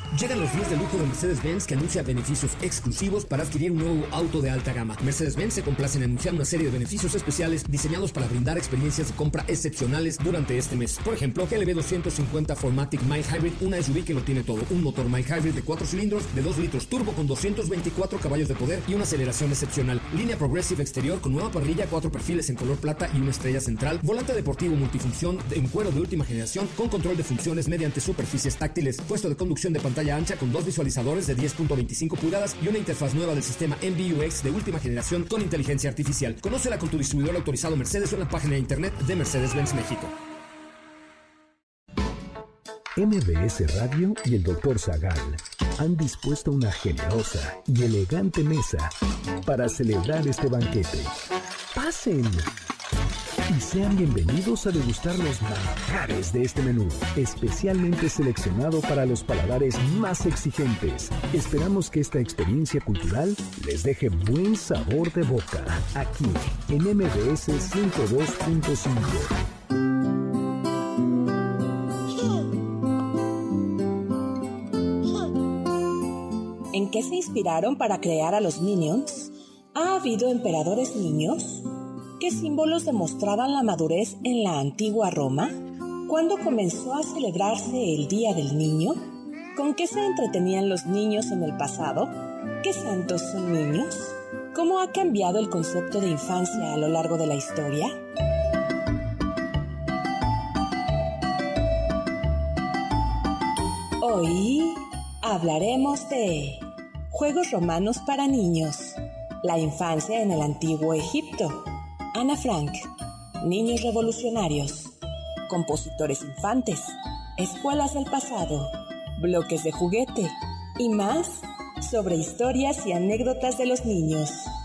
Llegan los días de lujo de Mercedes-Benz, que anuncia beneficios exclusivos para adquirir un nuevo auto de alta gama. Mercedes-Benz se complace en anunciar una serie de beneficios especiales diseñados para brindar experiencias de compra excepcionales durante este mes. Por ejemplo, GLB 250 4MATIC Mild Hybrid, una SUV que lo tiene todo. Un motor Mild Hybrid de 4 cilindros de 2 litros turbo con 224 caballos de poder y una aceleración excepcional. Línea Progressive exterior con nueva parrilla, 4 perfiles en color plata y una estrella central. Volante deportivo multifunción en cuero de última generación con control de funciones mediante superficies táctiles. Puesto de conducción de pantalla ancha con 2 visualizadores de 10.25 pulgadas y una interfaz nueva del sistema MBUX de última generación con inteligencia artificial. Conócela con tu distribuidor autorizado Mercedes o en la página de internet de Mercedes-Benz México. MBS Radio y el Dr. Zagal han dispuesto una generosa y elegante mesa para celebrar este banquete. ¡Pasen! Y sean bienvenidos a degustar los manjares de este menú, especialmente seleccionado para los paladares más exigentes. Esperamos que esta experiencia cultural les deje buen sabor de boca, aquí en MBS 102.5. ¿En qué se inspiraron para crear a los Minions? ¿Ha habido emperadores niños? ¿Qué símbolos demostraban la madurez en la antigua Roma? ¿Cuándo comenzó a celebrarse el Día del Niño? ¿Con qué se entretenían los niños en el pasado? ¿Qué santos son niños? ¿Cómo ha cambiado el concepto de infancia a lo largo de la historia? Hoy hablaremos de Juegos romanos para niños, la infancia en el antiguo Egipto, Ana Frank, niños revolucionarios, compositores infantes, escuelas del pasado, bloques de juguete y más sobre historias y anécdotas de los niños.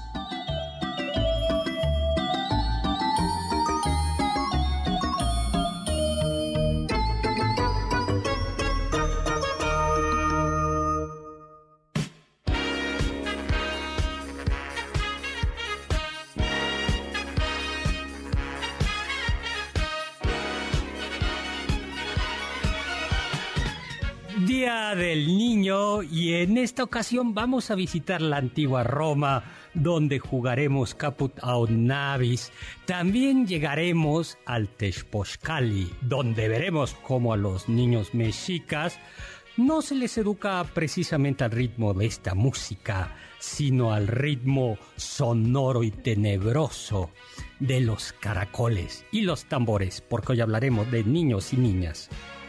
Día del Niño, y en esta ocasión vamos a visitar la antigua Roma, donde jugaremos Caput aut Navis. También llegaremos al Tezpochcali, donde veremos cómo a los niños mexicas no se les educa precisamente al ritmo de esta música, sino al ritmo sonoro y tenebroso de los caracoles y los tambores, porque hoy hablaremos de niños y niñas.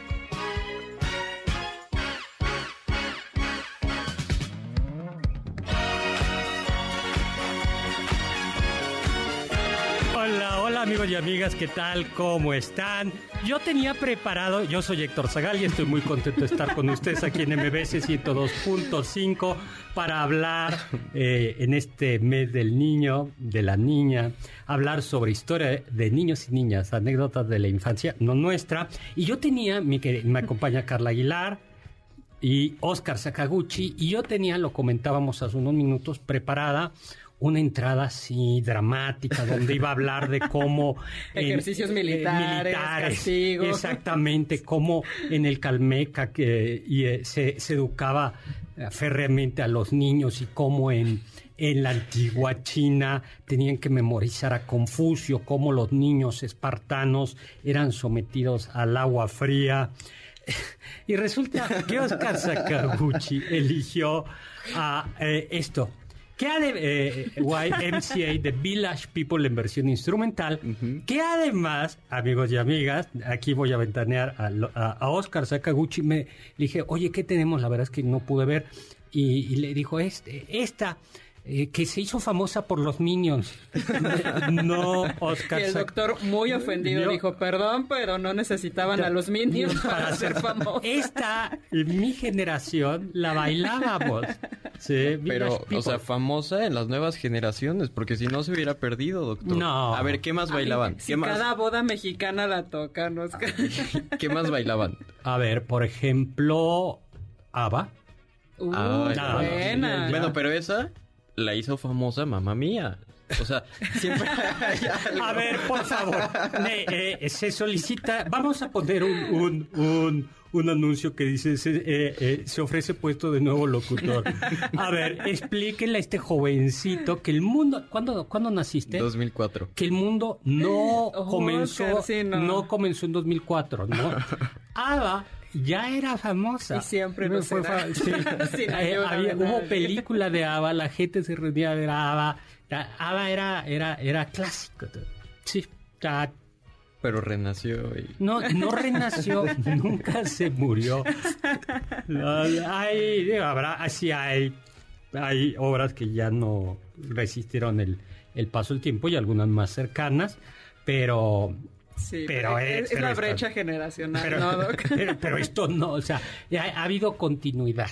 Amigos y amigas, ¿qué tal? ¿Cómo están? Yo tenía preparado, yo soy Héctor Zagal y estoy muy contento de estar con ustedes aquí en MBS 102.5 para hablar en este mes del niño, de la niña, hablar sobre historia de niños y niñas, anécdotas de la infancia, no nuestra. Y yo tenía, me acompaña Carla Aguilar y Oscar Sakaguchi, y yo tenía, lo comentábamos hace unos minutos, preparada una entrada así dramática donde iba a hablar de cómo ejercicios militares, castigos. Exactamente, cómo en el Calmeca se educaba férreamente a los niños y cómo en la antigua China tenían que memorizar a Confucio, cómo los niños espartanos eran sometidos al agua fría. Y resulta que Oscar Sakaguchi eligió a esto. YMCA, The Village People en versión instrumental, que además, amigos y amigas, aquí voy a ventanear a Oscar Sakaguchi, le dije, oye, ¿qué tenemos? La verdad es que no pude ver, y le dijo, esta... que se hizo famosa por los Minions. No, Oscar. Y el doctor, muy ofendido, dijo, perdón, pero no necesitaban a los Minions para ser famosos. Esta, en mi generación, la bailábamos. Sí, pero, o sea, famosa en las nuevas generaciones, porque si no se hubiera perdido, doctor. No. A ver, ¿qué más bailaban? Si cada boda mexicana la tocan, Oscar. ¿Qué más bailaban? A ver, por ejemplo, ABBA. Buena. Bueno, pero esa... la hizo famosa Mamma Mía. O sea, siempre hay algo. A ver, por favor, se solicita, vamos a poner un anuncio que dice, se ofrece puesto de nuevo locutor. A ver, explíquenle a este jovencito que el mundo, ¿cuándo naciste? 2004. Que el mundo no comenzó en 2004, ¿no? Ava ya era famosa. Y siempre lo será. Hubo película de Ava, la gente se reunía a ver a Ava. Ava era clásico. Sí, ya. Pero renació y... No renació, nunca se murió. Hay obras que ya no resistieron el paso del tiempo y algunas más cercanas, pero... Sí, pero es la brecha generacional, ¿no, Doc? Pero esto no, o sea, ha habido continuidad.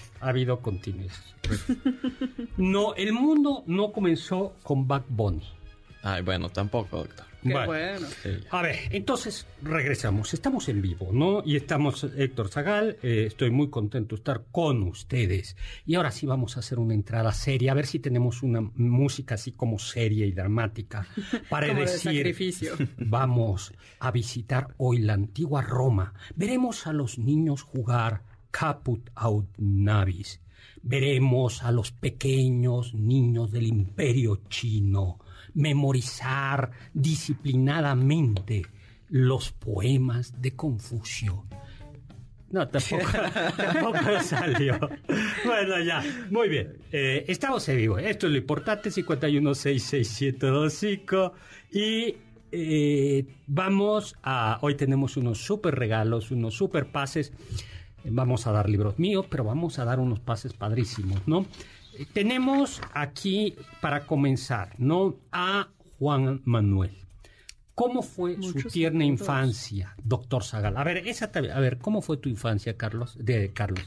No, el mundo no comenzó con Bad Bunny. Ay, bueno, tampoco, doctor. Qué bueno. Sí. A ver, entonces regresamos. Estamos en vivo, ¿no? Y estamos Héctor Zagal. Estoy muy contento de estar con ustedes. Y ahora sí vamos a hacer una entrada seria. A ver si tenemos una música así como seria y dramática. Para como decir, de sacrificio. Vamos a visitar hoy la antigua Roma. Veremos a los niños jugar Caput aut Navis. Veremos a los pequeños niños del Imperio Chino memorizar disciplinadamente los poemas de Confucio. No, tampoco salió. Bueno, ya, muy bien. Estamos en vivo. Esto es lo importante, 5166725. Y hoy tenemos unos súper regalos, unos súper pases. Vamos a dar libros míos, pero vamos a dar unos pases padrísimos, ¿no? Tenemos aquí, para comenzar, ¿no? A Juan Manuel. ¿Cómo fue su tierna infancia, doctor Zagal? A ver, ¿cómo fue tu infancia, Carlos? Carlos.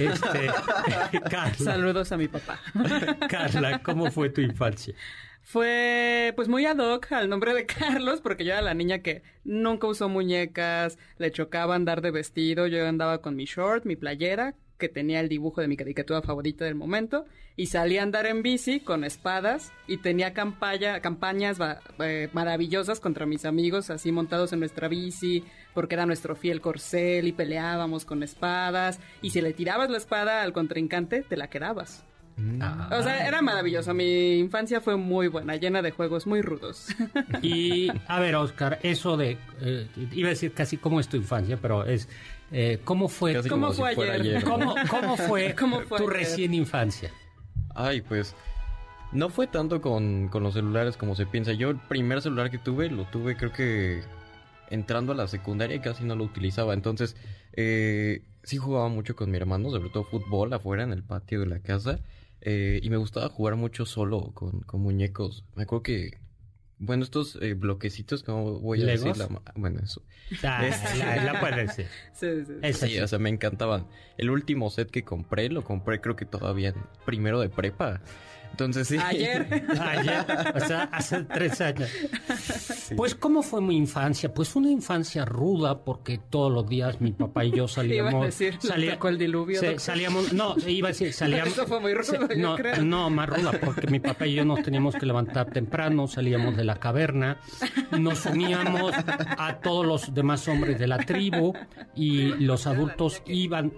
Carla. Saludos a mi papá. Carla, ¿cómo fue tu infancia? Fue, pues, muy ad hoc al nombre de Carlos, porque yo era la niña que nunca usó muñecas, le chocaba andar de vestido, yo andaba con mi short, mi playera, que tenía el dibujo de mi caricatura favorita del momento, y salía a andar en bici con espadas, y tenía campañas maravillosas contra mis amigos, así montados en nuestra bici, porque era nuestro fiel corcel, y peleábamos con espadas, y si le tirabas la espada al contrincante, te la quedabas. O sea, era maravilloso. Mi infancia fue muy buena, llena de juegos muy rudos. Y, a ver, Oscar, eso de... iba a decir casi cómo es tu infancia, pero es... ¿Cómo fue ayer? ¿Cómo fue tu recién infancia? Ay, pues... No fue tanto con los celulares como se piensa. Yo el primer celular que tuve, lo tuve creo que... entrando a la secundaria y casi no lo utilizaba. Entonces, sí jugaba mucho con mi hermano, sobre todo fútbol afuera en el patio de la casa. Y me gustaba jugar mucho solo con muñecos. Me acuerdo que... Bueno, estos bloquecitos, ¿cómo voy a ¿Legos? decir? Bueno, eso. La puedes decir. Sí. O sea, me encantaban. El último set que compré, lo compré creo que todavía en primero de prepa. Entonces sí. Ayer, o sea, hace 3 años. Sí. Pues, ¿cómo fue mi infancia? Pues una infancia ruda, porque todos los días mi papá y yo salíamos... Iba a decir, tocó el diluvio. Salíamos... No, iba a decir, salíamos... Eso fue muy rudo, yo creo. No, más ruda, porque mi papá y yo nos teníamos que levantar temprano, salíamos de la caverna, nos uníamos a todos los demás hombres de la tribu, y los adultos iban...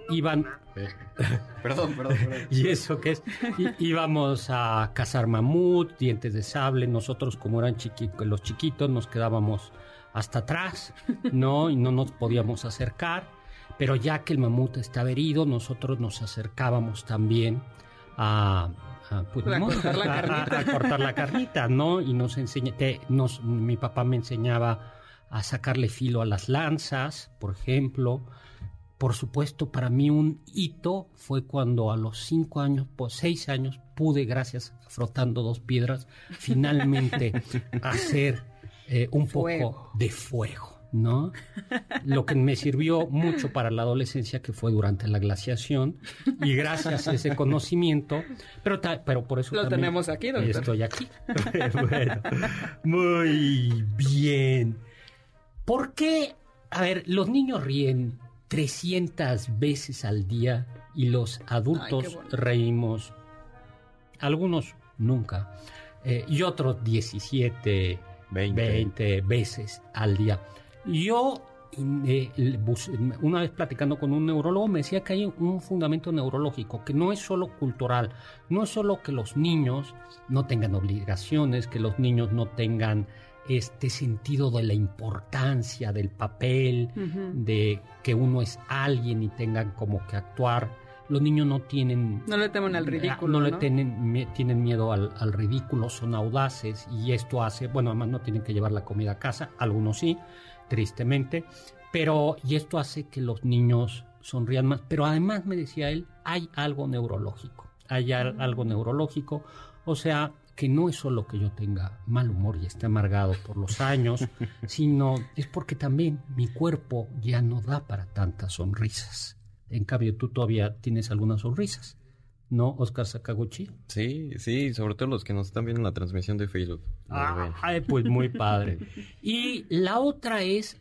Perdón. ¿Y eso qué es? Íbamos a cazar mamut, dientes de sable. Nosotros, como eran los chiquitos, nos quedábamos hasta atrás, ¿no? Y no nos podíamos acercar. Pero ya que el mamut estaba herido, nosotros nos acercábamos también a cortar la carnita, ¿no? Y mi papá me enseñaba a sacarle filo a las lanzas, por ejemplo. Por supuesto, para mí un hito fue cuando a los 6 años, pude, gracias a frotando 2 piedras, finalmente hacer un poco de fuego, ¿no? Lo que me sirvió mucho para la adolescencia, que fue durante la glaciación, y gracias a ese conocimiento, pero por eso lo también tenemos aquí, doctor. Estoy aquí. Bueno, muy bien. ¿Por qué? A ver, los niños ríen 300 veces al día y los adultos reímos, algunos nunca. y otros 17, 20 veces al día. Yo, una vez platicando con un neurólogo, me decía que hay un fundamento neurológico, que no es solo cultural, no es solo que los niños no tengan obligaciones, que los niños no tengan este sentido de la importancia del papel, de que uno es alguien y tengan como que actuar. Los niños no le temen al ridículo, ¿no? Tienen miedo al ridículo, son audaces, y esto hace, bueno, además no tienen que llevar la comida a casa, algunos sí, tristemente, y esto hace que los niños sonrían más. Pero además, me decía él, hay algo neurológico, o sea, que no es solo que yo tenga mal humor y esté amargado por los años, sino es porque también mi cuerpo ya no da para tantas sonrisas. En cambio, tú todavía tienes algunas sonrisas, ¿no, Oscar Sakaguchi? Sí, sobre todo los que nos están viendo en la transmisión de Facebook. Pues muy padre. Y la otra es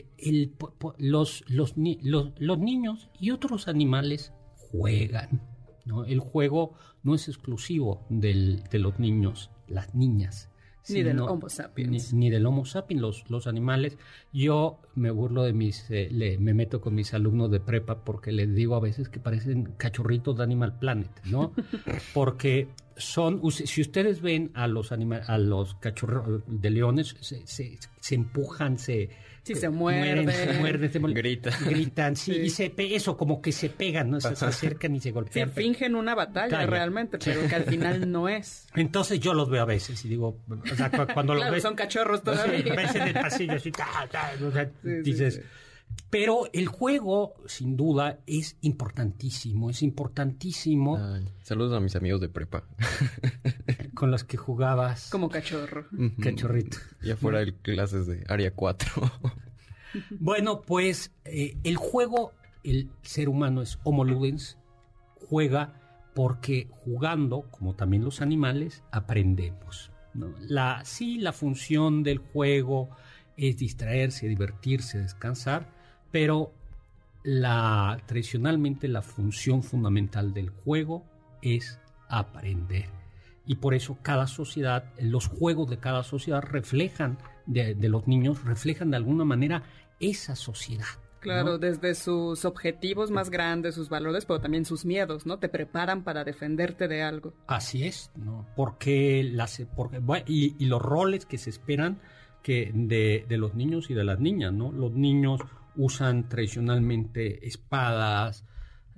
los niños y otros animales juegan, ¿no? El juego no es exclusivo de los niños, las niñas. Ni del Homo sapiens. Ni del Homo sapiens, los animales. Yo me burlo de me meto con mis alumnos de prepa porque les digo a veces que parecen cachorritos de Animal Planet, ¿no? Porque si ustedes ven a los cachorros de leones, se empujan, se muerden, gritan, sí, y eso, como que se pegan, ¿no? Se acercan y se golpean. Se fingen una batalla realmente, pero que al final no es. Entonces yo los veo a veces y digo, o sea, cuando los ves, son cachorros todavía. Ves en el pasillo así, o sea, dices. Pero el juego, sin duda, es importantísimo. Saludos a mis amigos de prepa. Con los que jugabas. Como cachorro. Cachorrito. Ya fuera de clases de área 4. Bueno, pues el juego, el ser humano es homo ludens, juega porque jugando, como también los animales, aprendemos, ¿no? La función del juego es distraerse, divertirse, descansar, pero tradicionalmente la función fundamental del juego es aprender. Y por eso cada sociedad, los juegos de cada sociedad reflejan, de los niños, reflejan de alguna manera esa sociedad. Claro, ¿no? Desde sus objetivos más grandes, sus valores, pero también sus miedos, ¿no? Te preparan para defenderte de algo. Así es, ¿no? Porque los roles que se esperan de los niños y de las niñas, ¿no? Los niños usan tradicionalmente espadas,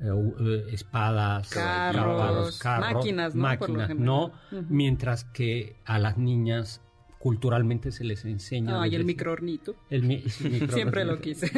carros, máquinas, ¿no? Mientras que a las niñas culturalmente se les enseña. Y el microornito. Siempre lo quise.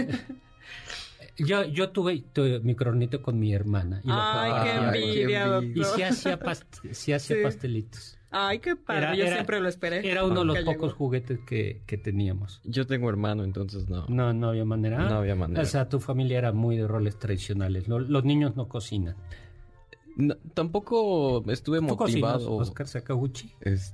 Yo tuve microornito con mi hermana. Qué envidia, doctor. Y sí hacía pastelitos. Ay, qué padre. Yo siempre lo esperé. Era uno de los pocos juguetes que teníamos. Yo tengo hermano, entonces no. No había manera. No había manera. O sea, tu familia era muy de roles tradicionales. Los niños no cocinan. No, tampoco estuve motivado. ¿Tú cocinas, Oscar Sakaguchi?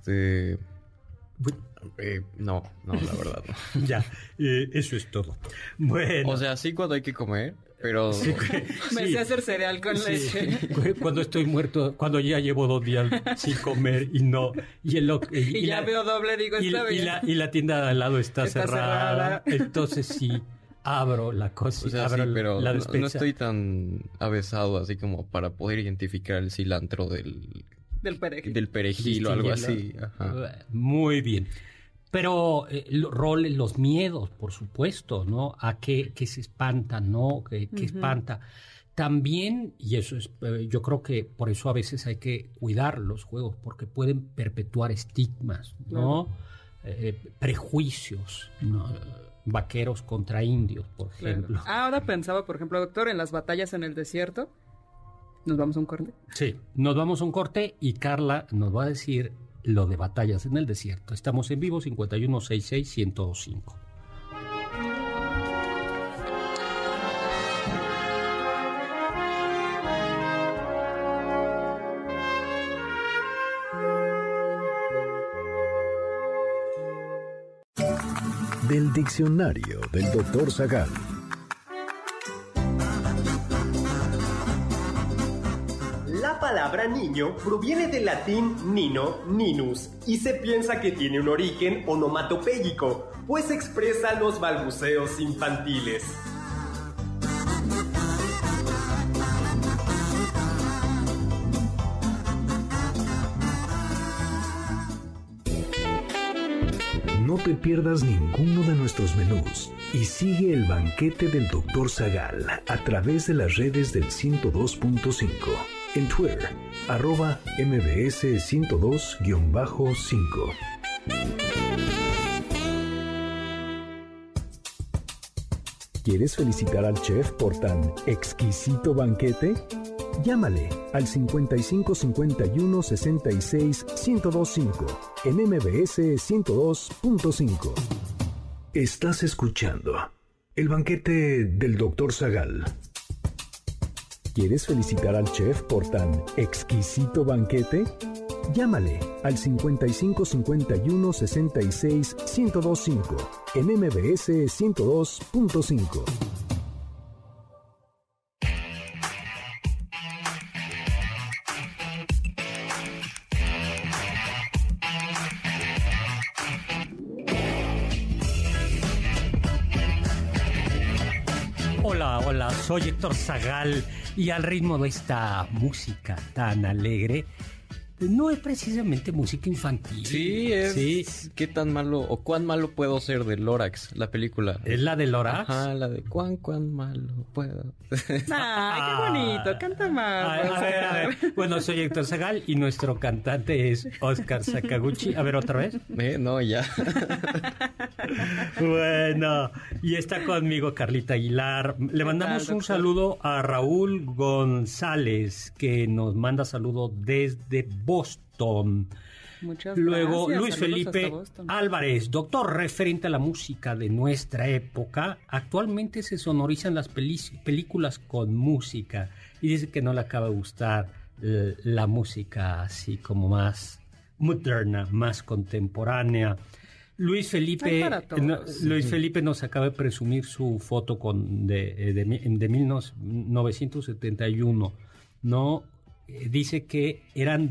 No, la verdad no. Ya, eso es todo. Bueno. O sea, sí cuando hay que comer, pero... Me sé hacer cereal con leche. Cuando estoy muerto, cuando ya llevo 2 días sin comer y no... Y ya veo doble, digo, está bien. Y la tienda de al lado está cerrada. Entonces sí, abro la cocina, o sea, abro pero la despensa. No estoy tan avesado así como para poder identificar el cilantro del perejil o algo así. Ajá. Muy bien. Pero los miedos, por supuesto, ¿no? A que se espantan, ¿no? Que espanta. También, y eso es, yo creo que por eso a veces hay que cuidar los juegos, porque pueden perpetuar estigmas, ¿no? Prejuicios, ¿no? Vaqueros contra indios, por ejemplo. Ahora pensaba, por ejemplo, doctor, en las batallas en el desierto. ¿Nos vamos a un corte? Sí, nos vamos a un corte y Carla nos va a decir lo de batallas en el desierto. Estamos en vivo, 5166-1025. Del diccionario del Dr. Zagal. La palabra niño proviene del latín nino, ninus, y se piensa que tiene un origen onomatopéyico, pues expresa los balbuceos infantiles. No te pierdas ninguno de nuestros menús y sigue el banquete del Dr. Zagal a través de las redes del 102.5. En Twitter, @MBS 102-5. ¿Quieres felicitar al chef por tan exquisito banquete? Llámale al 5551 66 1025 en MBS 102.5. Estás escuchando el banquete del Dr. Zagal. ¿Quieres felicitar al chef por tan exquisito banquete? Llámale al 5551 66 1025 en MBS 102.5. Hola, soy Héctor Zagal y al ritmo de esta música tan alegre, no es precisamente música infantil. Sí, ¿Qué tan malo o cuán malo puedo ser de Lorax, la película? ¿Es la de Lorax? Ajá, la de cuán malo puedo. ¡Ay, qué bonito! Canta más. A ver. Bueno, soy Héctor Zagal y nuestro cantante es Oscar Sakaguchi. A ver, ¿otra vez? No, ya. Bueno, y está conmigo Carlita Aguilar. Le mandamos un saludo a Raúl González, que nos manda saludo desde Boston. Muchas Luego gracias. Luis Felipe Álvarez, doctor referente a la música de nuestra época. Actualmente se sonorizan las películas con música y dice que no le acaba de gustar la música así como más moderna, más contemporánea. Luis Felipe nos acaba de presumir su foto de 1971, ¿no? Dice que eran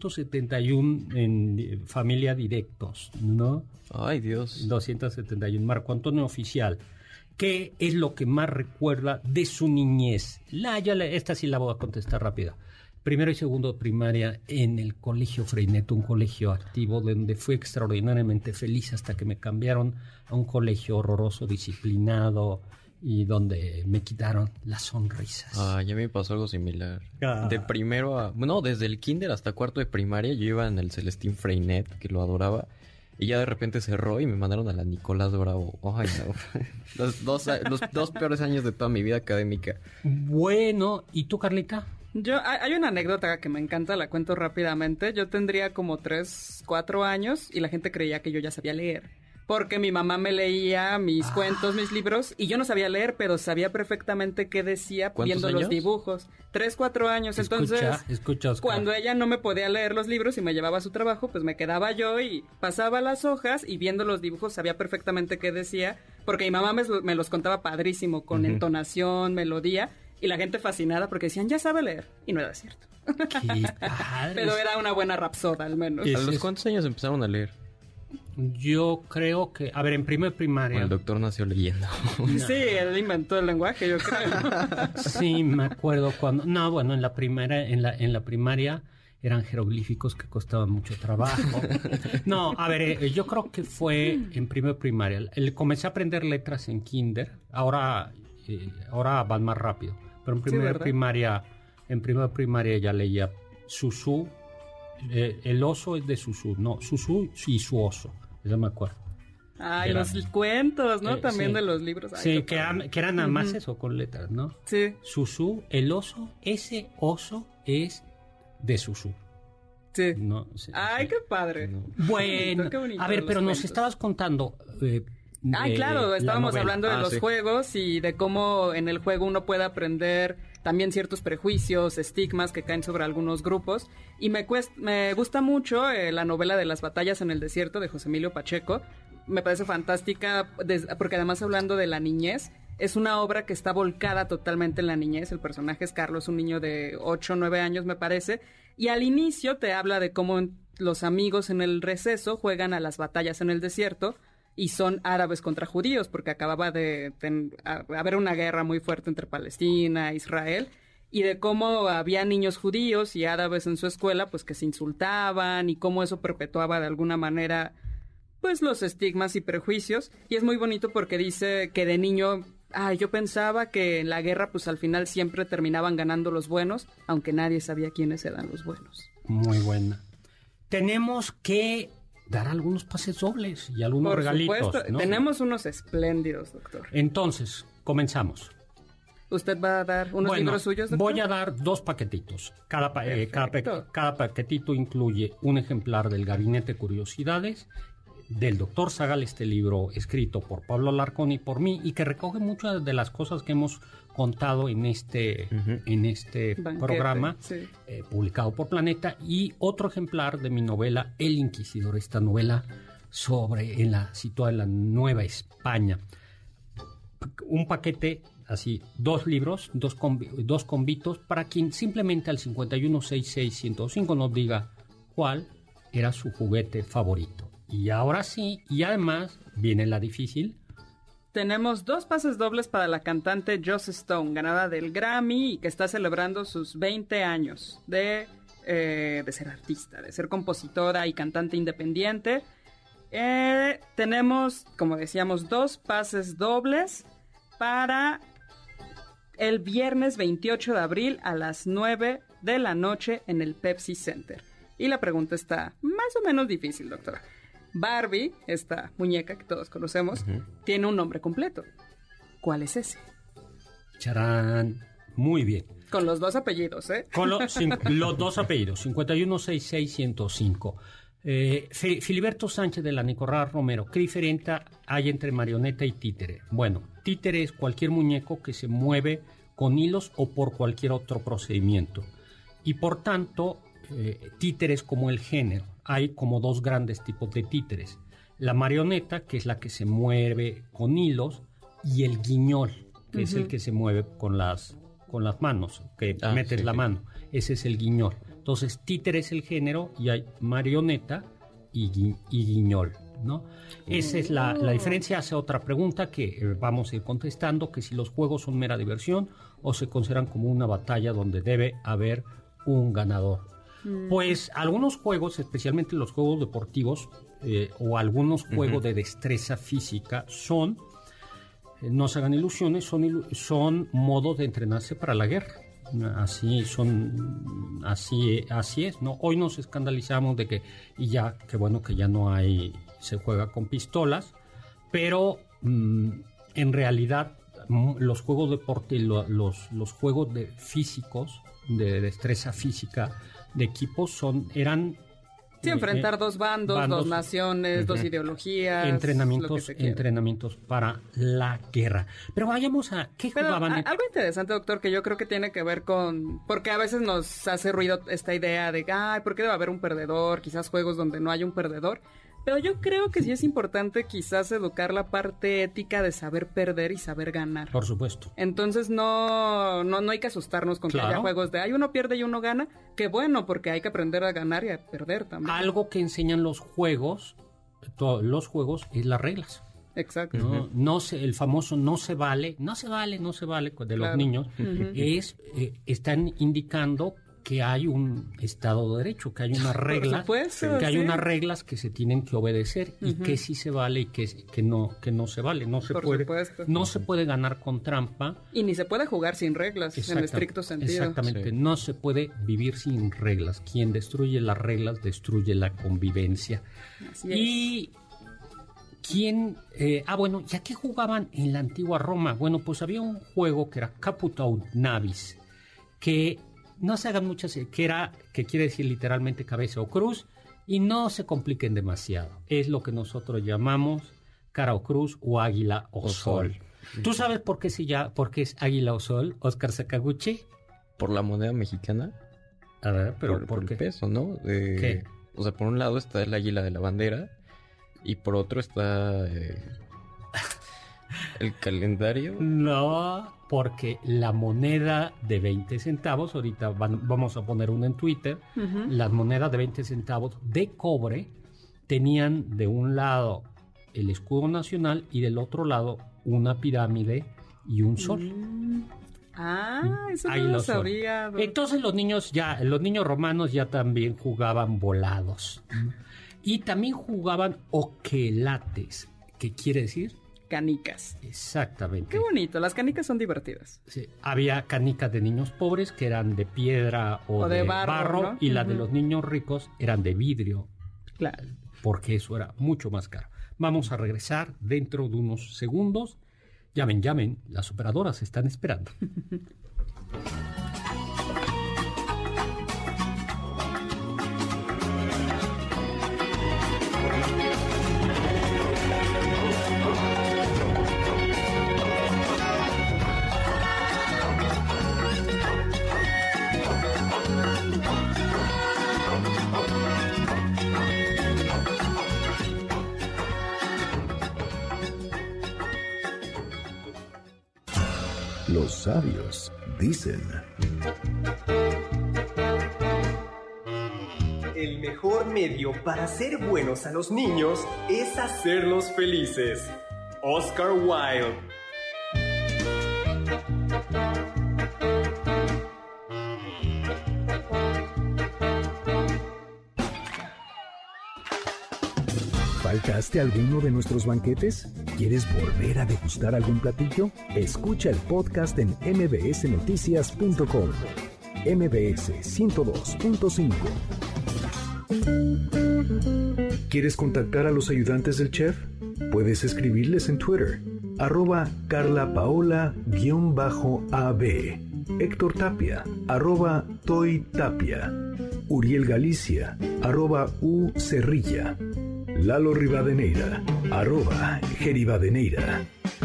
271 en familia directos, ¿no? Ay, Dios. 271. Marco Antonio Oficial. ¿Qué es lo que más recuerda de su niñez? Esta sí la voy a contestar rápida. Primero y segundo de primaria en el Colegio Freinet, un colegio activo donde fui extraordinariamente feliz hasta que me cambiaron a un colegio horroroso, disciplinado, y donde me quitaron las sonrisas. Ya me pasó algo similar. De primero desde el kinder hasta cuarto de primaria yo iba en el Celestín Freinet, que lo adoraba, y ya de repente cerró y me mandaron a la Nicolás Bravo. Ay, no. los dos peores años de toda mi vida académica. Bueno, ¿y tú, Carlita? Hay una anécdota que me encanta, la cuento rápidamente. Yo tendría como 3, 4 años y la gente creía que yo ya sabía leer. Porque mi mamá me leía mis cuentos, mis libros, y yo no sabía leer, pero sabía perfectamente qué decía viendo años? Los dibujos. 3, 4 años. Entonces, escucha, Oscar. Cuando ella no me podía leer los libros y me llevaba a su trabajo, pues me quedaba yo y pasaba las hojas y viendo los dibujos sabía perfectamente qué decía, porque mi mamá me los contaba padrísimo, con entonación, melodía, y la gente fascinada porque decían, ya sabe leer, y no era cierto. Qué padre. Pero era una buena rapsoda, al menos. ¿A los cuántos años empezaron a leer? Yo creo que, a ver, en primer primaria. El doctor nació leyendo. Sí, él inventó el lenguaje, yo creo. Sí, me acuerdo cuando. No, bueno, en la primaria eran jeroglíficos que costaban mucho trabajo. No, a ver, yo creo que fue en primer primaria. Comencé a aprender letras en kinder. Ahora van más rápido. Pero en primer primaria ya leía Susú. El oso es de Susú, no, Susú y su oso, eso me acuerdo. Ay, los cuentos, ¿no? También sí. De los libros. Ay, sí, que eran nada más eso, con letras, ¿no? Sí. Susú, el oso, ese oso es de Susú. Sí. No, sí, ay, sí. Qué padre. No. Bueno, qué bonito, a ver, pero cuentos. nos estabas contando... claro, estábamos hablando de los sí. juegos y de cómo en el juego uno puede aprender también ciertos prejuicios, estigmas que caen sobre algunos grupos. Y me gusta mucho la novela de Las batallas en el desierto de José Emilio Pacheco. Me parece fantástica porque además hablando de la niñez, Es una obra que está volcada totalmente en la niñez. El personaje es Carlos, un niño de 8 o 9 años, me parece. Y al inicio te habla de cómo los amigos en el receso juegan a las batallas en el desierto y son árabes contra judíos, porque acababa de haber una guerra muy fuerte entre Palestina e Israel, y de cómo había niños judíos y árabes en su escuela, pues que se insultaban y cómo eso perpetuaba de alguna manera pues los estigmas y prejuicios. Y es muy bonito porque dice que de niño, yo pensaba que en la guerra pues al final siempre terminaban ganando los buenos, aunque nadie sabía quiénes eran los buenos. Muy buena. Tenemos que dar algunos pases dobles y algunos regalitos. Por supuesto, ¿no? Tenemos unos espléndidos, doctor. Entonces, comenzamos. ¿Usted va a dar unos libros suyos, doctor? Voy a dar 2 paquetitos. Cada paquetito incluye un ejemplar del Gabinete de Curiosidades, del Dr. Zagal, este libro escrito por Pablo Alarcón y por mí, y que recoge muchas de las cosas que hemos contado en este programa, sí. Publicado por Planeta, y otro ejemplar de mi novela El Inquisidor, esta novela situada en la Nueva España. Un paquete, así, 2 libros, 2 convitos, para quien simplemente al 5166105 nos diga cuál era su juguete favorito. Y ahora sí, y además viene la difícil. Tenemos 2 pases dobles para la cantante Joss Stone, ganadora del Grammy y que está celebrando sus 20 años de ser artista, de ser compositora y cantante independiente. Tenemos, como decíamos, 2 pases dobles para el viernes 28 de abril a las 9 de la noche en el Pepsi Center. Y la pregunta está más o menos difícil, doctora. Barbie, esta muñeca que todos conocemos, tiene un nombre completo. ¿Cuál es ese? Charán. Muy bien. Con los 2 apellidos, ¿eh? Con los 2 apellidos, 5166105. Filiberto Sánchez de la Nicorás Romero, ¿qué diferencia hay entre marioneta y títere? Bueno, títere es cualquier muñeco que se mueve con hilos o por cualquier otro procedimiento. Y por tanto, títeres como el género. Hay como 2 grandes tipos de títeres. La marioneta, que es la que se mueve con hilos, y el guiñol, que es el que se mueve con las manos, que metes la mano. Ese es el guiñol. Entonces, títere es el género y hay marioneta y guiñol, ¿no? Esa es la diferencia. Hace otra pregunta que vamos a ir contestando, que si los juegos son mera diversión o se consideran como una batalla donde debe haber un ganador. Pues algunos juegos, especialmente los juegos deportivos o algunos juegos de destreza física son, no se hagan ilusiones, son modos de entrenarse para la guerra. Así es, ¿no? Hoy nos escandalizamos de que bueno que ya no se juega con pistolas, pero en realidad los juegos los juegos físicos de destreza física de equipos eran enfrentar 2 bandos, 2 naciones, 2 ideologías, entrenamientos para la guerra. Pero vayamos a qué jugaban. Algo interesante, doctor, que yo creo que tiene que ver con, porque a veces nos hace ruido esta idea de ¿por qué debe haber un perdedor? Quizás juegos donde no hay un perdedor. Pero yo creo que sí es importante quizás educar la parte ética de saber perder y saber ganar. Por supuesto. Entonces no hay que asustarnos con que haya juegos de uno pierde y uno gana. Qué bueno, porque hay que aprender a ganar y a perder también. Algo que enseñan los juegos es las reglas. Exacto. El famoso no se vale de los niños, están indicando que hay un Estado de Derecho, que hay unas reglas, unas reglas que se tienen que obedecer y que sí se vale y que no se vale. No se puede ganar con trampa. Y ni se puede jugar sin reglas, en estricto sentido. Exactamente, no se puede vivir sin reglas. Quien destruye las reglas, destruye la convivencia. Así es. Y ¿quién? ¿Ya qué jugaban en la antigua Roma? Bueno, pues había un juego que era Caput aut Navis, que no se hagan muchas, que quiere decir literalmente cabeza o cruz, y no se compliquen demasiado. Es lo que nosotros llamamos cara o cruz o águila o sol. ¿Tú sabes por qué es águila o sol, Oscar Sakaguchi? Por la moneda mexicana. A ver, pero por qué? El peso, ¿no? ¿Qué? O sea, por un lado está el águila de la bandera y por otro está ¿El calendario? No, porque la moneda de 20 centavos, ahorita vamos a poner una en Twitter, las monedas de 20 centavos de cobre tenían de un lado el escudo nacional y del otro lado una pirámide y un sol. Eso no lo sabía. Entonces los niños romanos ya también jugaban volados. Y también jugaban oquelates, ¿qué quiere decir? Canicas. Exactamente. Qué bonito, las canicas son divertidas. Sí, había canicas de niños pobres que eran de piedra o de barro, ¿no? Y las de los niños ricos eran de vidrio. Claro. Porque eso era mucho más caro. Vamos a regresar dentro de unos segundos. Llamen, las operadoras están esperando. Los sabios dicen: el mejor medio para ser buenos a los niños es hacerlos felices. Oscar Wilde. ¿Faltaste a alguno de nuestros banquetes? ¿Quieres volver a degustar algún platillo? Escucha el podcast en mbsnoticias.com. MBS 102.5. ¿Quieres contactar a los ayudantes del chef? Puedes escribirles en Twitter, @carlapaola_ab, Héctor Tapia, @toytapia, Uriel Galicia, @ucerrilla, Lalo Rivadeneira, @Geribadeneira.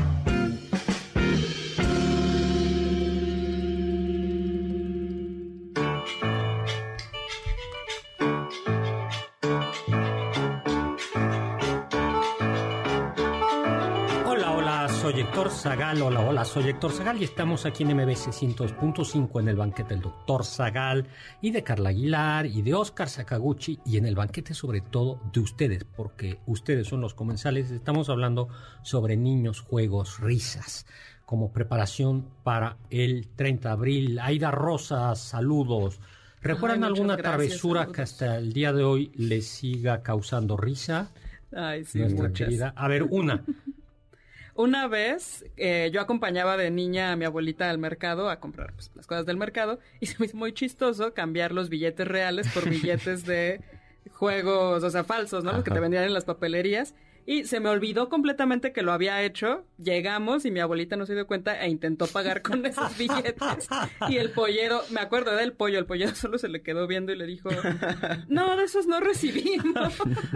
Soy Héctor Zagal, hola, soy Héctor Zagal y estamos aquí en MBS 102.5 en el banquete del Dr. Zagal y de Carla Aguilar y de Oscar Sakaguchi y en el banquete sobre todo de ustedes, porque ustedes son los comensales. Estamos hablando sobre niños, juegos, risas, como preparación para el 30 de abril. Aida Rosas, saludos. ¿Recuerdan alguna travesura saludos que hasta el día de hoy les siga causando risa? Ay, sí, nuestra querida. A ver, una. Una vez yo acompañaba de niña a mi abuelita al mercado a comprar pues, las cosas del mercado y se me hizo muy chistoso cambiar los billetes reales por billetes de juegos, o sea, falsos, ¿no? Los que te vendían en las papelerías. Y se me olvidó completamente que lo había hecho. Llegamos y mi abuelita no se dio cuenta e intentó pagar con esos billetes. Y el pollero, me acuerdo del pollo, el pollero solo se le quedó viendo y le dijo, no, de esos no recibimos.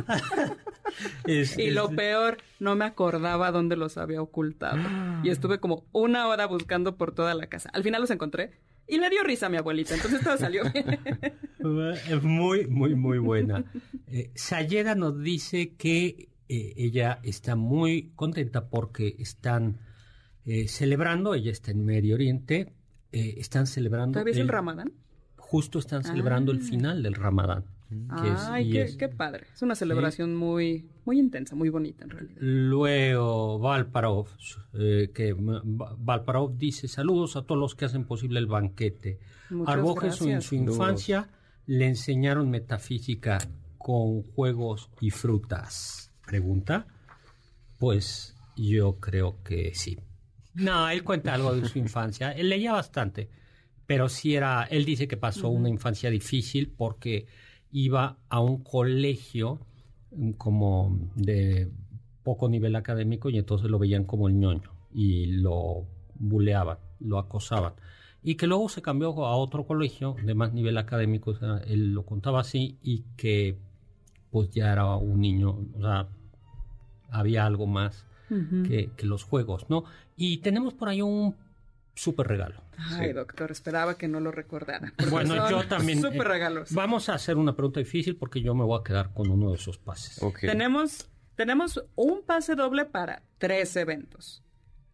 Y lo peor, no me acordaba dónde los había ocultado. Y estuve como 1 hora buscando por toda la casa. Al final los encontré y le dio risa a mi abuelita, entonces todo salió bien. Muy, muy, muy buena. Sayeda nos dice que ella está muy contenta porque están celebrando, ella está en Medio Oriente, están celebrando... ¿Todavía es el Ramadán? Justo están celebrando el final del Ramadán. Qué padre. Es una celebración muy, muy intensa, muy bonita en realidad. Luego Valparov dice, saludos a todos los que hacen posible el banquete. Arbojes en su infancia le enseñaron metafísica con juegos y frutas. ¿Pregunta? Pues yo creo que sí. No, él cuenta algo de su infancia. Él leía bastante, pero sí él dice que pasó una infancia difícil porque iba a un colegio como de poco nivel académico y entonces lo veían como el ñoño y lo buleaban, lo acosaban. Y que luego se cambió a otro colegio de más nivel académico, o sea, él lo contaba así y que pues ya era un niño, o sea, había algo más que los juegos, ¿no? Y tenemos por ahí un súper regalo. Ay, doctor, esperaba que no lo recordara. Bueno, yo también. Súper regalos. Vamos a hacer una pregunta difícil porque yo me voy a quedar con uno de esos pases. Okay. Tenemos un pase doble para 3 eventos.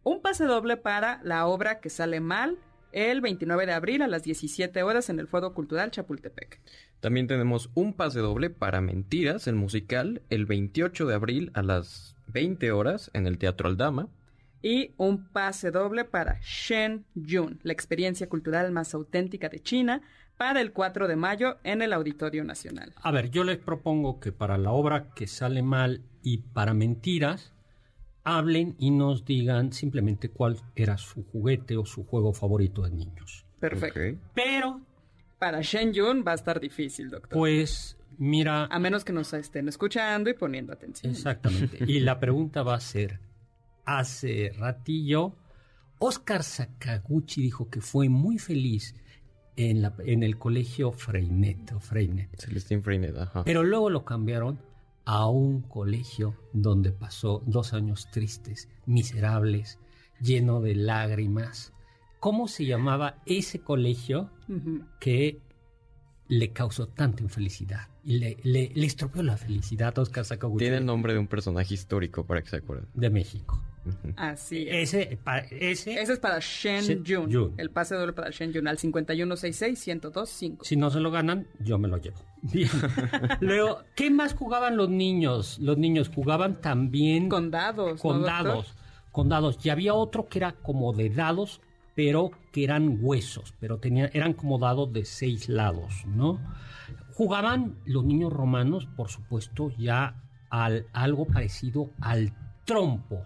un pase doble para la obra Que sale mal el 29 de abril a las 17 horas en el Foro Cultural Chapultepec. También tenemos un pase doble para Mentiras, el musical, el 28 de abril a las 20 horas en el Teatro Aldama. Y un pase doble para Shen Yun, la experiencia cultural más auténtica de China, para el 4 de mayo en el Auditorio Nacional. A ver, yo les propongo que para la obra Que sale mal y para Mentiras, hablen y nos digan simplemente cuál era su juguete o su juego favorito de niños. Perfecto. Ok. Pero, Para Shen Yun va a estar difícil, doctor. pues, mira... A menos que nos estén escuchando y poniendo atención. Exactamente. Y la pregunta va a ser, hace ratillo, Oscar Sakaguchi dijo que fue muy feliz en el colegio Freinet. Celestín Freinet, ajá. Pero luego lo cambiaron a un colegio donde pasó 2 años tristes, miserables, lleno de lágrimas. ¿Cómo se llamaba ese colegio que le causó tanta infelicidad? Y le estropeó la felicidad a Oscar Sakaguchi. Tiene el nombre de un personaje histórico, para que se acuerden. De México. Así es. Ese Ese es para Shen Yun. El pase doble para Shen Yun al 5166-1025. Si no se lo ganan, yo me lo llevo. Bien. Luego, ¿qué más jugaban los niños? Los niños jugaban también... Con dados. Con ¿no, dados. Con dados. Y había otro que era como de dados, pero que eran huesos. Pero eran como dados de 6 lados, ¿no? Jugaban los niños romanos, por supuesto, ya algo parecido al trompo.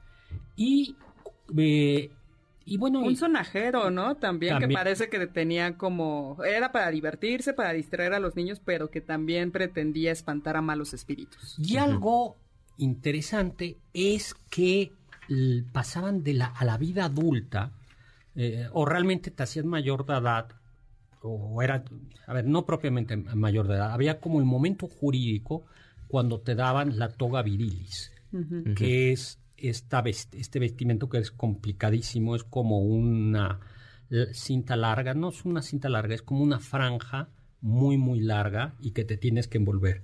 Y bueno... Un sonajero, ¿no? También, que parece que tenía como... Era para divertirse, para distraer a los niños, pero que también pretendía espantar a malos espíritus. Y algo interesante es que pasaban a la vida adulta, o realmente te hacías mayor de edad, o era... A ver, no propiamente mayor de edad. Había como el momento jurídico cuando te daban la toga virilis, que es... Este vestimento que es complicadísimo, es como una cinta larga, no es una cinta larga, es como una franja muy, muy larga y que te tienes que envolver.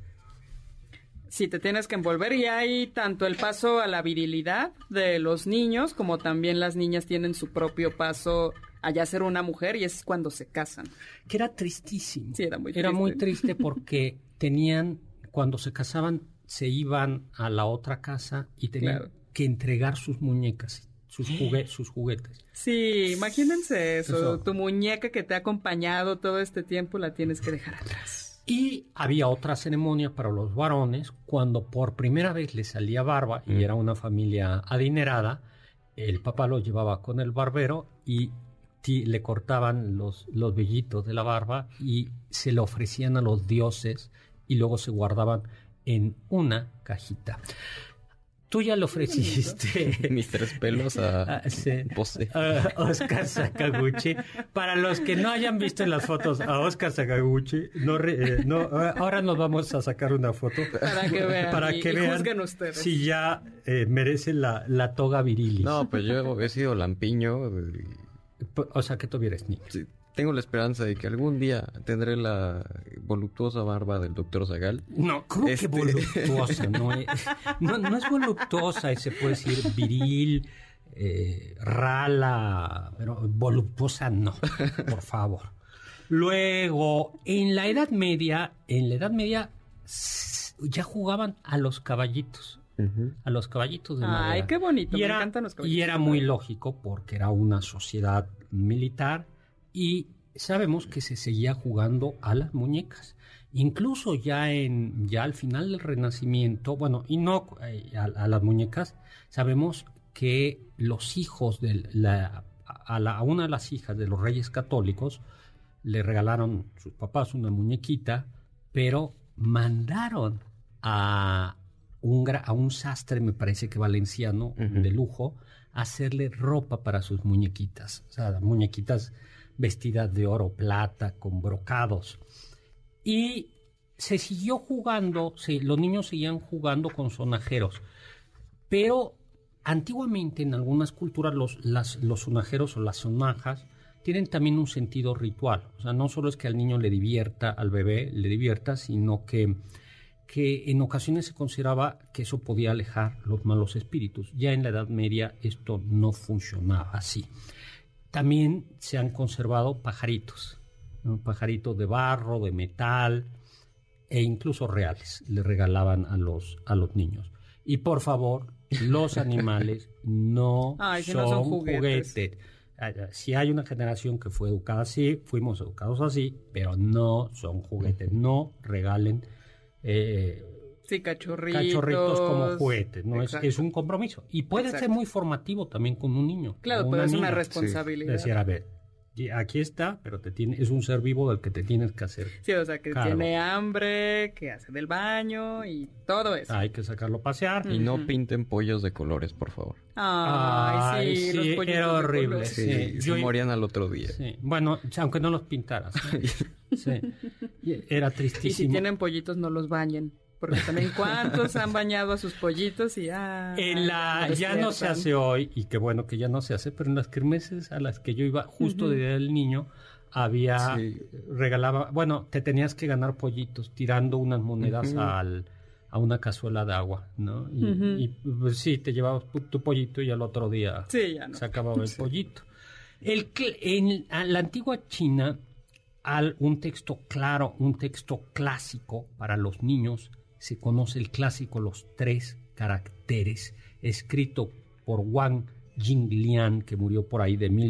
Sí, te tienes que envolver y hay tanto el paso a la virilidad de los niños como también las niñas tienen su propio paso a ya ser una mujer y es cuando se casan. Que era tristísimo. Sí, era muy triste. Era muy triste porque cuando se casaban, se iban a la otra casa y tenían que entregar sus muñecas, sus juguetes. Sí, imagínense eso. Tu muñeca que te ha acompañado todo este tiempo la tienes que dejar atrás. Y había otra ceremonia para los varones cuando por primera vez les salía barba y era una familia adinerada. El papá lo llevaba con el barbero y le cortaban los vellitos de la barba y se lo ofrecían a los dioses y luego se guardaban en una cajita. Tú ya le ofreciste mis 3 pelos a Oscar Sakaguchi. Para los que no hayan visto en las fotos a Oscar Sakaguchi, ahora nos vamos a sacar una foto para que vean juzguen ustedes si ya merece la toga virilis. No, pues yo he sido lampiño. O sea, que tú eres niño. Sí. Tengo la esperanza de que algún día tendré la voluptuosa barba del Dr. Zagal. No, ¿cómo que voluptuosa? No es voluptuosa, se puede decir viril, rala, pero voluptuosa no, por favor. Luego, en la Edad Media ya jugaban a los caballitos. A los caballitos de madera. Ay, qué bonito, me encantan los caballitos. Y era muy lógico porque era una sociedad militar. Y sabemos que se seguía jugando a las muñecas. Incluso ya al final del Renacimiento, bueno, y no a las muñecas, sabemos que los hijos a una de las hijas de los reyes católicos le regalaron sus papás una muñequita, pero mandaron a un sastre, me parece que valenciano, de lujo, a hacerle ropa para sus muñequitas. O sea, muñequitas vestidas de oro, plata, con brocados. Y se siguió jugando, los niños seguían jugando con sonajeros. Pero antiguamente en algunas culturas los sonajeros o las sonajas tienen también un sentido ritual. O sea, no solo es que al niño al bebé le divierta, sino que que en ocasiones se consideraba que eso podía alejar los malos espíritus. Ya en la Edad Media esto no funcionaba así. También se han conservado pajaritos, ¿no? Pajaritos de barro, de metal e incluso reales. Le regalaban a los niños. Y por favor, los animales no son juguetes. Si hay una generación que fue educada así, fuimos educados así, pero no son juguetes. No regalen cachorritos como juguetes, ¿no? Es un compromiso. Y puede ser muy formativo también con un niño. Claro, puede ser una responsabilidad. Decir, a ver, aquí está, pero es un ser vivo del que te tienes que hacer. Sí, o sea, que tiene hambre, que hace del baño y todo eso. Hay que sacarlo a pasear. Y no pinten pollos de colores, por favor. Ay, sí, los pollos era horrible. Sí, se morían al otro día. Sí. Bueno, aunque no los pintaras. Sí. Era tristísimo. Y si tienen pollitos, no los bañen. Porque también cuántos han bañado a sus pollitos y ya no se hace hoy, y qué bueno que ya no se hace, pero en las kermeses a las que yo iba justo de Día del Niño había regalaba, bueno, te tenías que ganar pollitos tirando unas monedas a una cazuela de agua, ¿no? Y pues, sí, te llevabas tu pollito y al otro día se acababa el pollito. En la antigua China, un texto claro, un texto clásico para los niños, se conoce el clásico Los 3 caracteres, escrito por Wang Jingliang, que murió por ahí de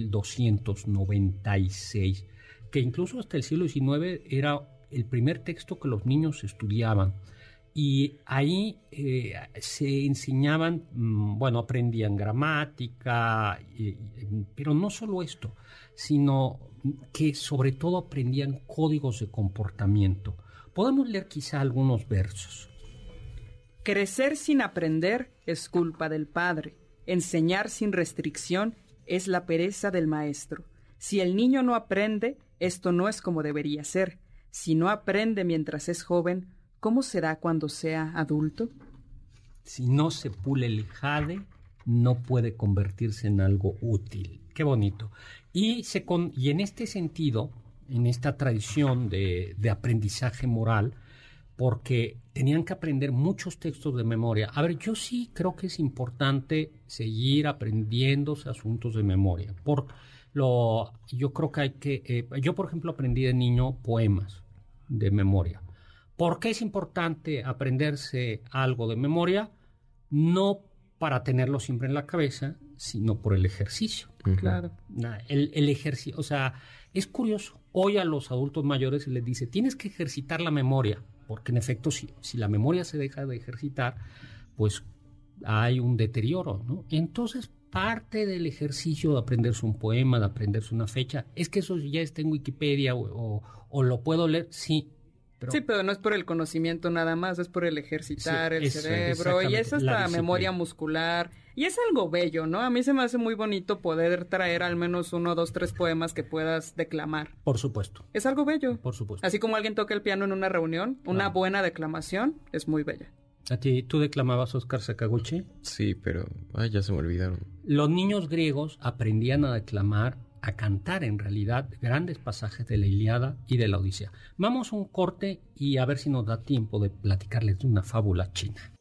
1296, que incluso hasta el siglo XIX era el primer texto que los niños estudiaban. Y ahí se enseñaban, aprendían gramática, pero no solo esto, sino que sobre todo aprendían códigos de comportamiento. Podemos leer quizá algunos versos. Crecer sin aprender es culpa del padre. Enseñar sin restricción es la pereza del maestro. Si el niño no aprende, esto no es como debería ser. Si no aprende mientras es joven, ¿cómo será cuando sea adulto? Si no se pule el jade, no puede convertirse en algo útil. Qué bonito. Y en este sentido, en esta tradición de aprendizaje moral, porque tenían que aprender muchos textos de memoria. A ver, yo sí creo que es importante seguir aprendiéndose asuntos de memoria. Yo creo que hay que... yo, por ejemplo, aprendí de niño poemas de memoria. ¿Por qué es importante aprenderse algo de memoria? No para tenerlo siempre en la cabeza, sino por el ejercicio. Claro. El ejercicio, o sea, es curioso. Hoy a los adultos mayores se les dice, tienes que ejercitar la memoria, porque en efecto, si la memoria se deja de ejercitar, pues hay un deterioro, ¿no? Entonces, parte del ejercicio de aprenderse un poema, de aprenderse una fecha, es que eso ya está en Wikipedia o lo puedo leer, sí. Pero no es por el conocimiento nada más, es por el ejercitar el cerebro, y es hasta memoria muscular, y es algo bello, ¿no? A mí se me hace muy bonito poder traer al menos 1, 2, 3 poemas que puedas declamar. Por supuesto. Es algo bello. Por supuesto. Así como alguien toca el piano en una reunión, una buena declamación es muy bella. ¿Tú declamabas, Oscar Sakaguchi? Sí, pero ya se me olvidaron. Los niños griegos aprendían a declamar, a cantar en realidad grandes pasajes de la Ilíada y de la Odisea. Vamos a un corte y a ver si nos da tiempo de platicarles de una fábula china.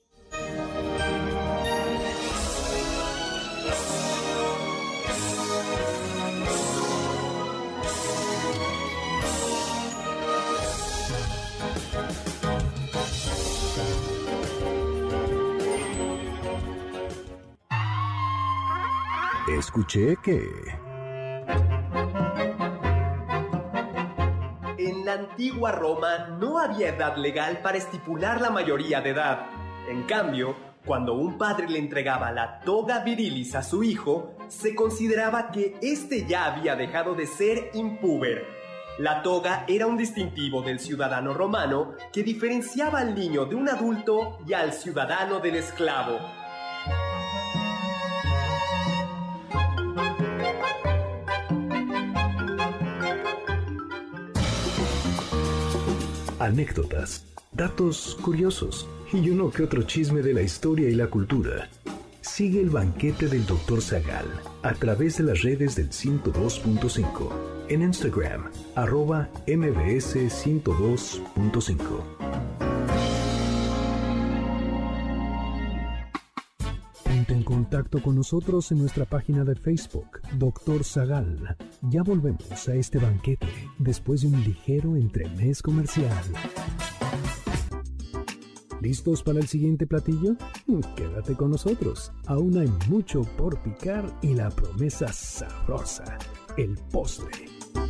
Escuché que... En la antigua Roma no había edad legal para estipular la mayoría de edad. En cambio, cuando un padre le entregaba la toga virilis a su hijo, se consideraba que éste ya había dejado de ser impúber. La toga era un distintivo del ciudadano romano que diferenciaba al niño de un adulto y al ciudadano del esclavo. Anécdotas, datos curiosos y uno que otro chisme de la historia y la cultura. Sigue el banquete del Dr. Zagal a través de las redes del 102.5, en Instagram, @mbs102.5. contacto con nosotros en nuestra página de Facebook, Dr. Zagal. Ya volvemos a este banquete después de un ligero entremés comercial. ¿Listos para el siguiente platillo? Quédate con nosotros. Aún hay mucho por picar y la promesa sabrosa, el postre.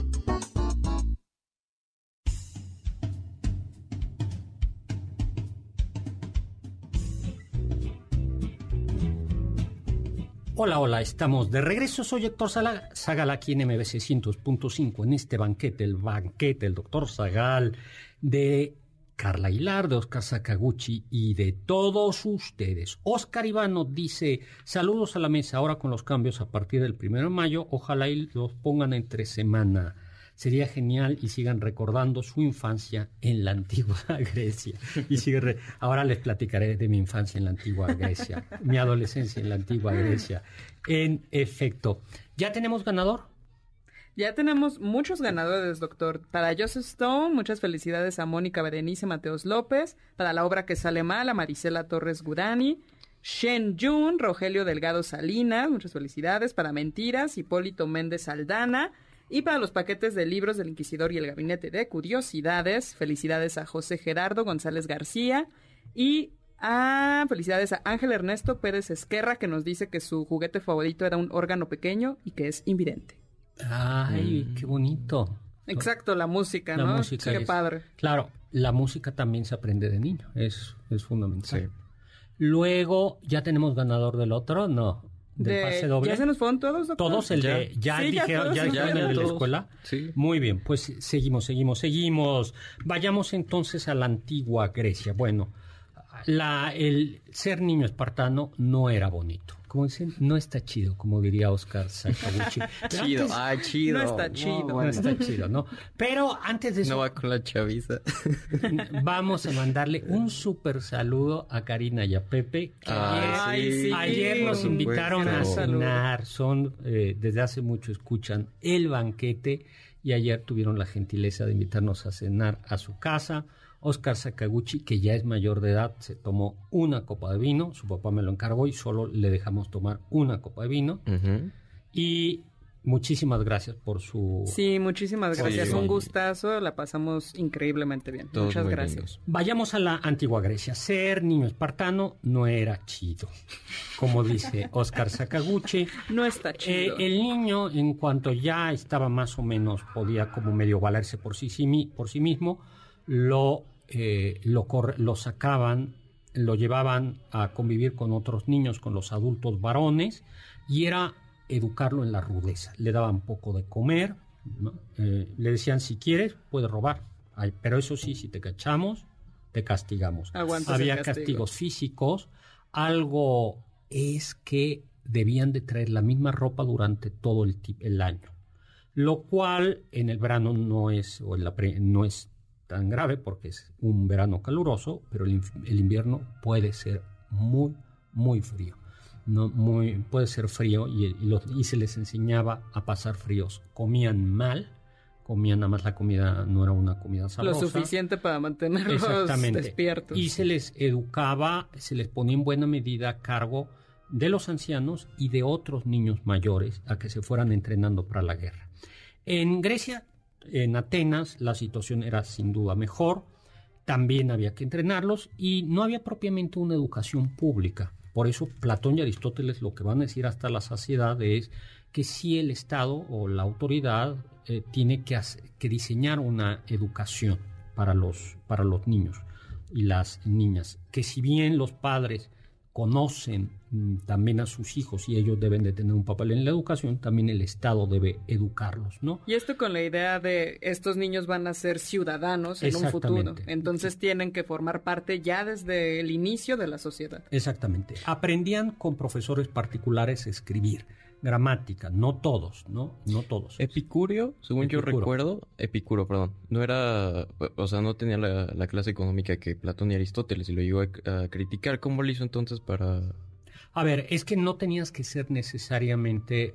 Hola, hola, estamos de regreso. Soy Héctor Zagal aquí en MBC 100.5 en este banquete, el Dr. Zagal de Carla Aguilar, de Oscar Sakaguchi y de todos ustedes. Oscar Ivano dice, saludos a la mesa, ahora con los cambios a partir del 1 de mayo, ojalá y los pongan entre semana. Sería genial y sigan recordando su infancia en la antigua Grecia. Ahora les platicaré de mi infancia en la antigua Grecia, mi adolescencia en la antigua Grecia. En efecto, ¿ya tenemos ganador? Ya tenemos muchos ganadores, doctor. Para Joseph Stone, muchas felicidades a Mónica Berenice Mateos López. Para La obra que sale mal, a Marisela Torres Gudani. Shen Yun, Rogelio Delgado Salinas, muchas felicidades. Para Mentiras, Hipólito Méndez Aldana. Y para los paquetes de libros del Inquisidor y el Gabinete de Curiosidades, felicidades a José Gerardo González García. Y felicidades a Ángel Ernesto Pérez Esquerra, que nos dice que su juguete favorito era un órgano pequeño y que es invidente. Ay, qué bonito. Exacto, la música, la ¿no? Música qué padre. Claro, la música también se aprende de niño, es fundamental. Sí. Luego, ¿ya tenemos ganador del otro? No. ¿Del pase doble? ¿Ya se nos fueron todos, doctor? Todos, el de... ¿Ya dijeron el de la escuela? Sí. Muy bien, pues seguimos. Vayamos entonces a la antigua Grecia. Bueno, el ser niño espartano no era bonito. Como dicen, no está chido, como diría Oscar Sakaguchi. Chido. No está chido. No está chido, ¿no? Pero antes de eso... No va con la chaviza. Vamos a mandarle un súper saludo a Karina y a Pepe, que ayer nos invitaron a cenar. Son, desde hace mucho escuchan El Banquete y ayer tuvieron la gentileza de invitarnos a cenar a su casa. Oscar Sakaguchi, que ya es mayor de edad, se tomó una copa de vino, su papá me lo encargó y solo le dejamos tomar una copa de vino. Uh-huh. Y muchísimas gracias por su... Sí, muchísimas gracias, un gustazo, la pasamos increíblemente bien. Todos muchas gracias. Lindos. Vayamos a la antigua Grecia. Ser niño espartano no era chido, como dice Oscar Sakaguchi. No está chido. El niño, en cuanto ya estaba más o menos, podía como medio valerse por sí mismo, lo sacaban, lo llevaban a convivir con otros niños, con los adultos varones, y era educarlo en la rudeza. Le daban poco de comer, ¿no? Le decían, si quieres, puedes robar. Ay, pero eso sí, si te cachamos, te castigamos. Había castigos físicos. Algo es que debían de traer la misma ropa durante todo el año, lo cual en el verano no es tan grave porque es un verano caluroso, pero el invierno puede ser muy, muy frío. Puede ser frío y se les enseñaba a pasar fríos. Comían mal, nada más la comida no era una comida sabrosa. Lo suficiente para mantenerlos despiertos. Y se les educaba, se les ponía en buena medida a cargo de los ancianos y de otros niños mayores a que se fueran entrenando para la guerra. En Grecia, en Atenas, la situación era sin duda mejor, también había que entrenarlos y no había propiamente una educación pública. Por eso Platón y Aristóteles lo que van a decir hasta la saciedad es que sí el Estado o la autoridad tiene que diseñar una educación para los niños y las niñas, que si bien los padres conocen también a sus hijos y ellos deben de tener un papel en la educación, también el Estado debe educarlos, ¿no? Y esto con la idea de estos niños van a ser ciudadanos en un futuro, entonces tienen que formar parte ya desde el inicio de la sociedad. Exactamente. Aprendían con profesores particulares a escribir, gramática, no todos. Epicuro, según yo recuerdo, no era, o sea, no tenía la clase económica que Platón y Aristóteles y lo llegó a criticar. ¿Cómo lo hizo entonces para...? A ver, es que no tenías que ser necesariamente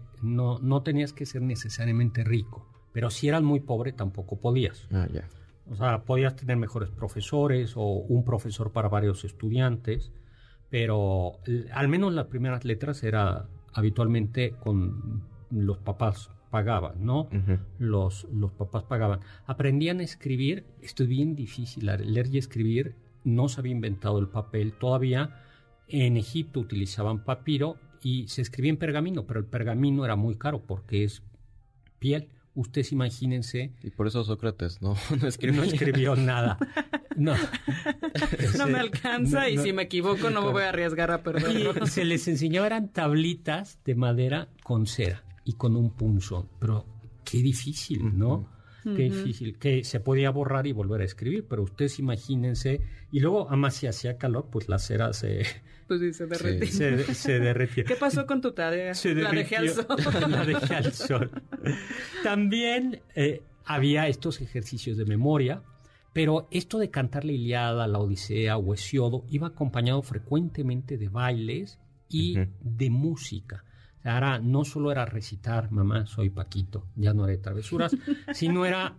rico, pero si eras muy pobre tampoco podías. Ya. O sea, podías tener mejores profesores o un profesor para varios estudiantes, pero al menos las primeras letras era habitualmente con los papás pagaban, ¿no? Uh-huh. Los papás pagaban. Aprendían a escribir, esto es bien difícil, leer y escribir, no se había inventado el papel todavía. En Egipto utilizaban papiro y se escribía en pergamino, pero el pergamino era muy caro porque es piel. Ustedes imagínense. Y por eso Sócrates no escribió nada. No. No me alcanza y si me equivoco no me voy a arriesgar a perderlo. Y se les enseñaba, eran tablitas de madera con cera y con un punzón. Pero qué difícil, ¿no? Uh-huh. Qué difícil. Que se podía borrar y volver a escribir, pero ustedes imagínense. Y luego, además, si hacía calor, pues la cera se... Pues sí, se derretía. Se derretía. ¿Qué pasó con tu tarea? La dejé al sol. La dejé al sol. También había estos ejercicios de memoria, pero esto de cantar la Ilíada, la Odisea o Hesíodo iba acompañado frecuentemente de bailes y de música. O sea, ahora no solo era recitar, mamá, soy Paquito, ya no haré travesuras, sino era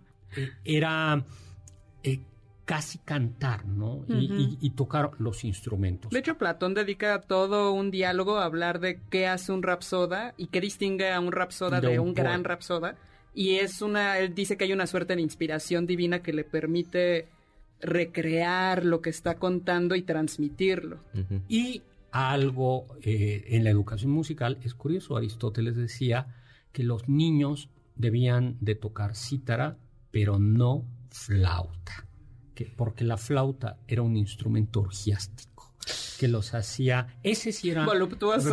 casi cantar, ¿no? Y tocar los instrumentos. De hecho, Platón dedica todo un diálogo a hablar de qué hace un rapsoda y qué distingue a un rapsoda de un gran rapsoda. Y él dice que hay una suerte de inspiración divina que le permite recrear lo que está contando y transmitirlo. Uh-huh. Y algo en la educación musical, es curioso, Aristóteles decía que los niños debían de tocar cítara, pero no flauta. Porque la flauta era un instrumento orgiástico que los hacía, ese sí era voluptuoso,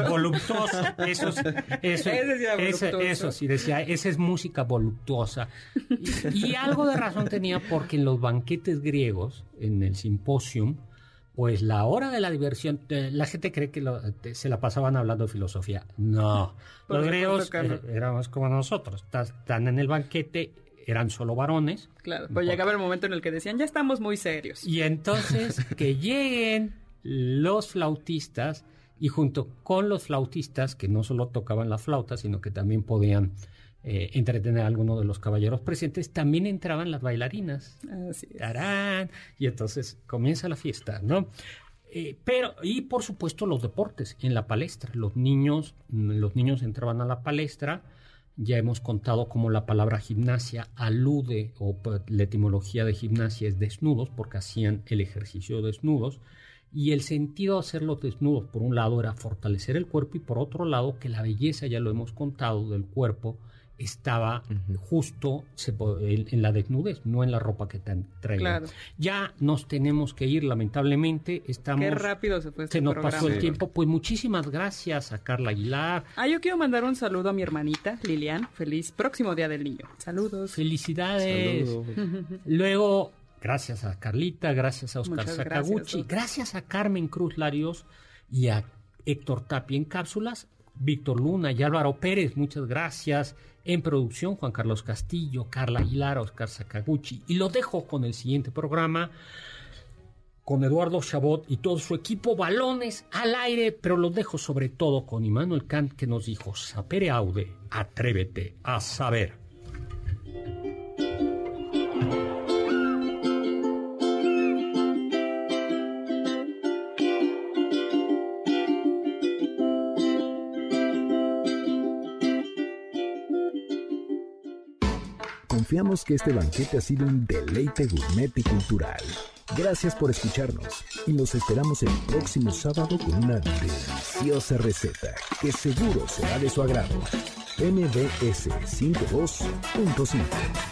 eso sí decía, esa es música voluptuosa y algo de razón tenía, porque en los banquetes griegos, en el simposium, pues la hora de la diversión, la gente cree que se la pasaban hablando de filosofía. No, los griegos éramos como nosotros, están en el banquete. Eran solo varones. Claro, pero llegaba el momento en el que decían, ya estamos muy serios. Y entonces que lleguen los flautistas, y junto con los flautistas, que no solo tocaban la flauta, sino que también podían entretener a alguno de los caballeros presentes, también entraban las bailarinas. Así es. ¡Tarán! Y entonces comienza la fiesta, ¿no? Y por supuesto los deportes en la palestra. Los niños entraban a la palestra. Ya hemos contado cómo la palabra gimnasia alude, o la etimología de gimnasia es desnudos, porque hacían el ejercicio desnudos, y el sentido de hacerlos desnudos, por un lado, era fortalecer el cuerpo, y por otro lado, que la belleza, ya lo hemos contado, del cuerpo estaba justo en la desnudez, no en la ropa que te traían. Claro. Ya nos tenemos que ir, lamentablemente. Qué rápido se fue este programa. Se nos pasó el tiempo. Pues muchísimas gracias a Carla Aguilar. Yo quiero mandar un saludo a mi hermanita, Lilian. Feliz próximo Día del Niño. Saludos. Felicidades. Saludos. Luego, gracias a Carlita, gracias a Oscar Sakaguchi, gracias a Carmen Cruz Larios y a Héctor Tapia en cápsulas, Víctor Luna y Álvaro Pérez, muchas gracias. En producción, Juan Carlos Castillo, Carla Aguilar, Oscar Sakaguchi. Y lo dejo con el siguiente programa, con Eduardo Chabot y todo su equipo, balones al aire, pero los dejo sobre todo con Immanuel Kant, que nos dijo, sapere aude, atrévete a saber. Confiamos que este banquete ha sido un deleite gourmet y cultural. Gracias por escucharnos y nos esperamos el próximo sábado con una deliciosa receta que seguro será de su agrado. MBS 102.5